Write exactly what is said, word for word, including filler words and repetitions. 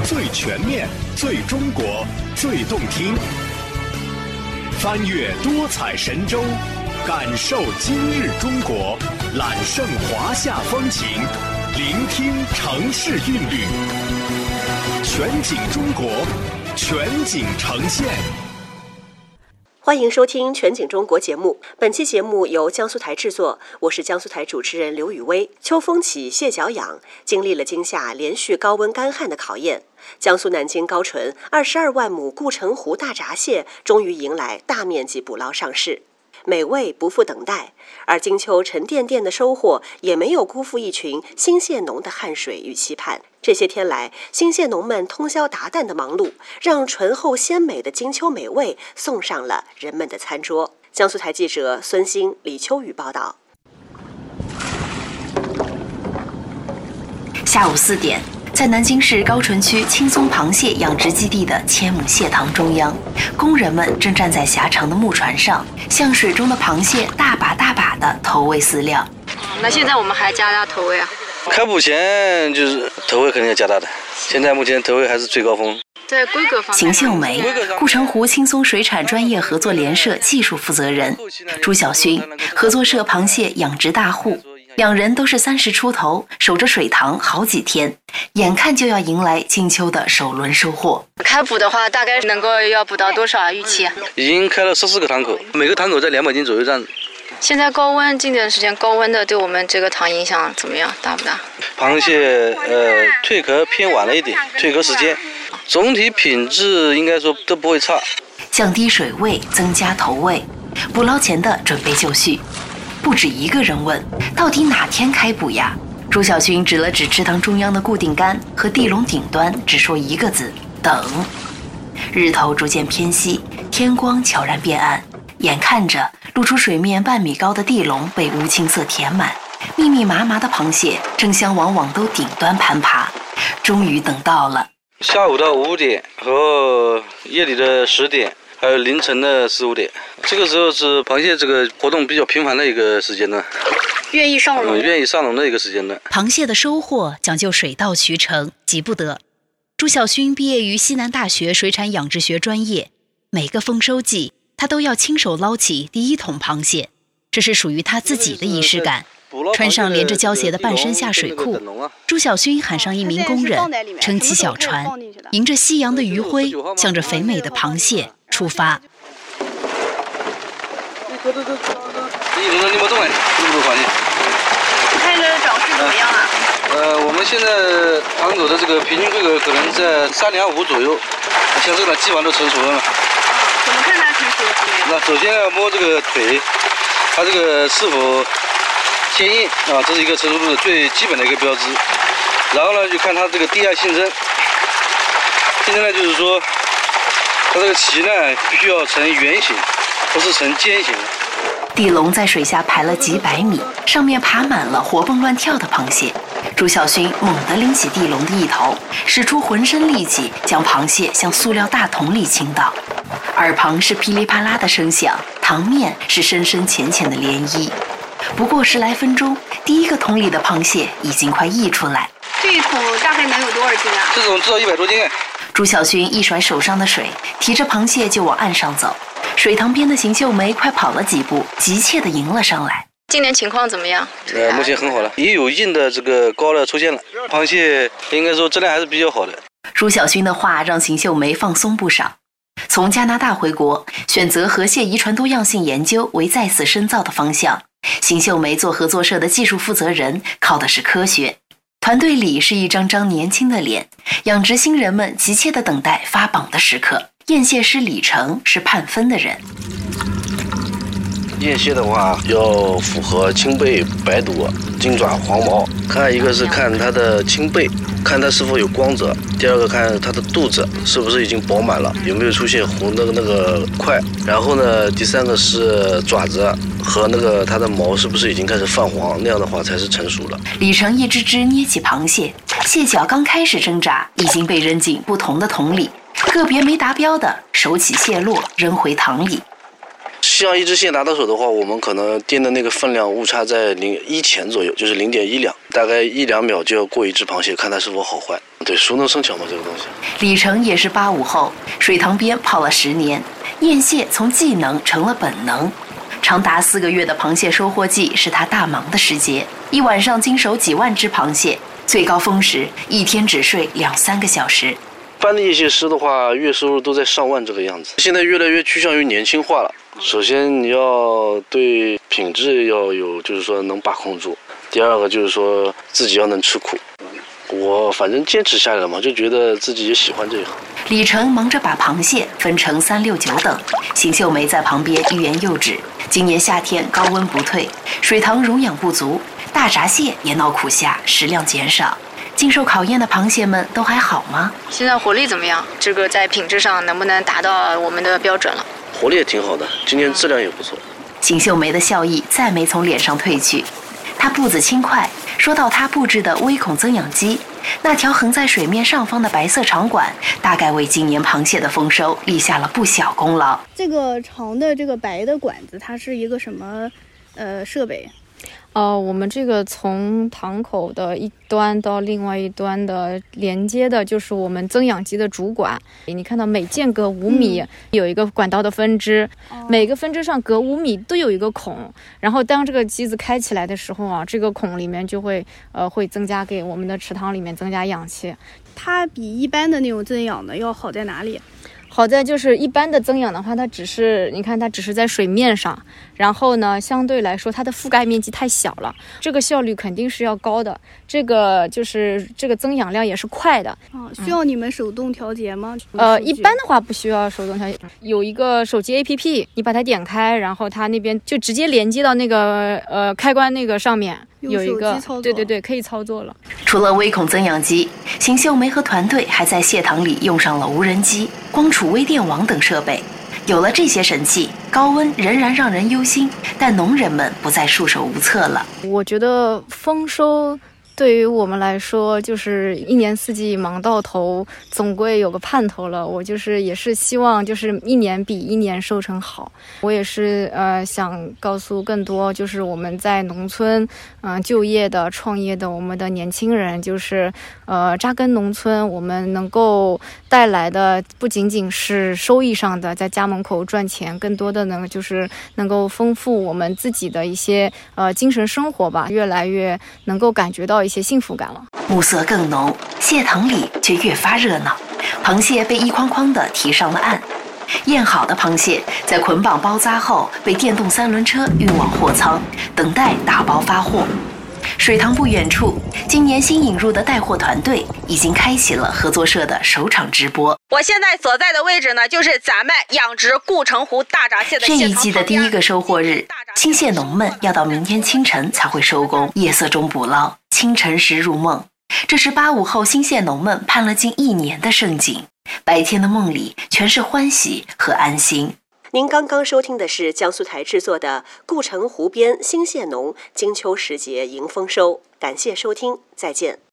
最全面、最中国、最动听。翻越多彩神州，感受今日中国，揽胜华夏风情，聆听城市韵律。全景中国，全景呈现。 欢迎收听全景中国节目，本期节目由江苏台制作，我是江苏台主持人刘雨薇。秋风起，蟹脚痒，经历了今夏连续高温干旱的考验，江苏南京高淳二十二万亩顾城湖大闸蟹终于迎来大面积捕捞上市，美味不负等待。而金秋沉甸甸的收获也没有辜负一群新蟹农的汗水与期盼。这些天来，新蟹农们通宵达旦的忙碌，让醇厚鲜美的金秋美味送上了人们的餐桌。江苏台记者孙鑫、李秋雨报道。 下午四点，在南京市高淳区青松螃蟹养殖基地的千亩蟹塘中央，工人们正站在狭长的木船上，向水中的螃蟹大把大把地投喂饲料。 那现在我们还加大投喂啊？ 开捕前就是投喂肯定要加大的，现在目前投喂还是最高峰。 在规格方面， 邢秀梅，顾城湖青松水产专业合作联社技术负责人；朱小勋，合作社螃蟹养殖大户。两人都是三十出头，守着水塘好几天，眼看就要迎来金秋的首轮收获。 开捕的话，大概能够要捕到多少啊？预期？ 已经开了十四个塘口，每个塘口在两百斤左右这样。 现在高温，近段时间高温的对我们这个塘影响怎么样？大不大？ 螃蟹呃蜕壳偏晚了一点，蜕壳时间，总体品质应该说都不会差。 降低水位，增加投喂，捕捞前的准备就绪。不止一个人问，到底哪天开捕呀？朱小军指了指池塘中央的固定杆和地笼顶端，只说一个字：等。日头逐渐偏西，天光悄然变暗，眼看着露出水面半米高的地笼被乌青色填满，密密麻麻的螃蟹争相往网兜顶端攀爬。终于等到了下午的五点和夜里的十点，还有凌晨的四五点，这个时候是螃蟹这个活动比较频繁的一个时间段， 愿意上笼、 嗯，愿意上笼的一个时间段。 螃蟹的收获讲究水到渠成，急不得。朱小勋毕业于西南大学水产养殖学专业，每个丰收季，他都要亲手捞起第一桶螃蟹，这是属于他自己的仪式感。穿上连着胶鞋的半身下水裤，朱小勋喊上一名工人，撑起小船，迎着夕阳的余晖，向着肥美的螃蟹出发。 你你没动哎，这么多螃蟹。 看着长势怎么样啊？ 呃，我们现在塘口的这个平均规格可能在三两五左右，像这个基本上都成熟了嘛。 怎么看它成熟？ 那首先要摸这个腿，它这个是否坚硬啊，这是一个成熟度的最基本的一个标志。然后呢，就看它这个地岸性征。性征呢，就是说它这个鳍呢必须要呈圆形，不是呈尖形。 地笼在水下排了几百米，上面爬满了活蹦乱跳的螃蟹。朱小勋猛地拎起地笼的一头，使出浑身力气，将螃蟹向塑料大桶里倾倒。耳旁是噼里啪啦的声响，塘面是深深浅浅的涟漪。不过十来分钟，第一个桶里的螃蟹已经快溢出来。 这一桶大概能有多少斤啊？ 这种至少一百多斤。 朱小勋一甩手上的水，提着螃蟹就往岸上走。水塘边的邢秀梅快跑了几步，急切地迎了上来。 今年情况怎么样？ 呃，目前很好了，也有硬的这个膏了出现了，螃蟹应该说质量还是比较好的。 朱小勋的话让邢秀梅放松不少。从加拿大回国，选择河蟹遗传多样性研究为再次深造的方向。邢秀梅做合作社的技术负责人，靠的是科学。团队里是一张张年轻的脸，养殖新人们急切地等待发榜的时刻。验蟹师李成是判分的人。 验蟹的话要符合青背、白肚、金爪、黄毛，看一个是看它的青背，看它是否有光泽；第二个看它的肚子是不是已经饱满了，有没有出现红的那个块；然后呢，第三个是爪子和那个它的毛是不是已经开始泛黄，那样的话才是成熟了。 李成一只只捏起螃蟹，蟹脚刚开始挣扎，已经被扔进不同的桶里，个别没达标的手起蟹落，扔回塘里。 像一只蟹拿到手的话，我们可能掂的那个分量误差在零一钱左右，就是零点一两，大概一两秒就要过一只螃蟹，看它是否好坏。 对，熟能生巧嘛，这个东西。 李成也是八五后，水塘边泡了十年，验蟹从技能成了本能。长达四个月的螃蟹收获季是他大忙的时节，一晚上经手几万只螃蟹，最高峰时一天只睡两三个小时。 一般的业蟹师的话，月收入都在上万这个样子。现在越来越趋向于年轻化了。首先你要对品质要有，就是说能把控住。第二个就是说自己要能吃苦。我反正坚持下来了嘛，就觉得自己也喜欢这一行。 李成忙着把螃蟹分成三六九等，邢秀梅在旁边欲言又止。今年夏天高温不退，水塘溶氧不足，大闸蟹也闹苦夏，食量减少。经受考验的螃蟹们都还好吗？ 现在活力怎么样？这个在品质上能不能达到我们的标准了？ 活力也挺好的，今年质量也不错。 邢秀梅的笑意再没从脸上褪去，她步子轻快。说到她布置的微孔增氧机，那条横在水面上方的白色长管，大概为今年螃蟹的丰收立下了不小功劳。 这个长的这个白的管子，它是一个什么呃设备？ 呃，我们这个从塘口的一端到另外一端的连接的，就是我们增氧机的主管。你看到每间隔五米、嗯、有一个管道的分支、哦，每个分支上隔五米都有一个孔。然后当这个机子开起来的时候啊，这个孔里面就会呃会增加给我们的池塘里面增加氧气。 它比一般的那种增氧的要好在哪里？ 好在就是一般的增氧的话，它只是你看它只是在水面上，然后呢相对来说它的覆盖面积太小了，这个效率肯定是要高的，这个就是这个增氧量也是快的。 啊，需要你们手动调节吗？ 呃，一般的话不需要手动调节，有一个手机 A P P， 你把它点开，然后它那边就直接连接到那个呃开关那个上面。有一个对对对，可以操作了。 除了微孔增氧机，邢秀梅和团队还在蟹塘里用上了无人机、光储微电网等设备。有了这些神器，高温仍然让人忧心，但农人们不再束手无策了。 我觉得丰收对于我们来说，就是一年四季忙到头，总归有个盼头了。我就是也是希望，就是一年比一年收成好。我也是呃想告诉更多，就是我们在农村嗯、呃、就业的、创业的我们的年轻人，就是呃扎根农村，我们能够带来的不仅仅是收益上的，在家门口赚钱，更多的呢就是能够丰富我们自己的一些呃精神生活吧，越来越能够感觉到一些幸福感了。 暮色更浓，蟹塘里却越发热闹，螃蟹被一筐筐地提上了岸。验好的螃蟹在捆绑包扎后，被电动三轮车运往货仓，等待打包发货。水塘不远处，今年新引入的带货团队已经开启了合作社的首场直播。 我现在所在的位置呢，就是咱们养殖护城湖大闸蟹的这一季的第一个收获日，新蟹农们要到明天清晨才会收工，夜色中捕捞，清晨时入梦。这是八五后新蟹农们盼了近一年的盛景，白天的梦里全是欢喜和安心。 您刚刚收听的是江苏台制作的《顾城湖边新蟹农金秋时节迎丰收》，感谢收听，再见。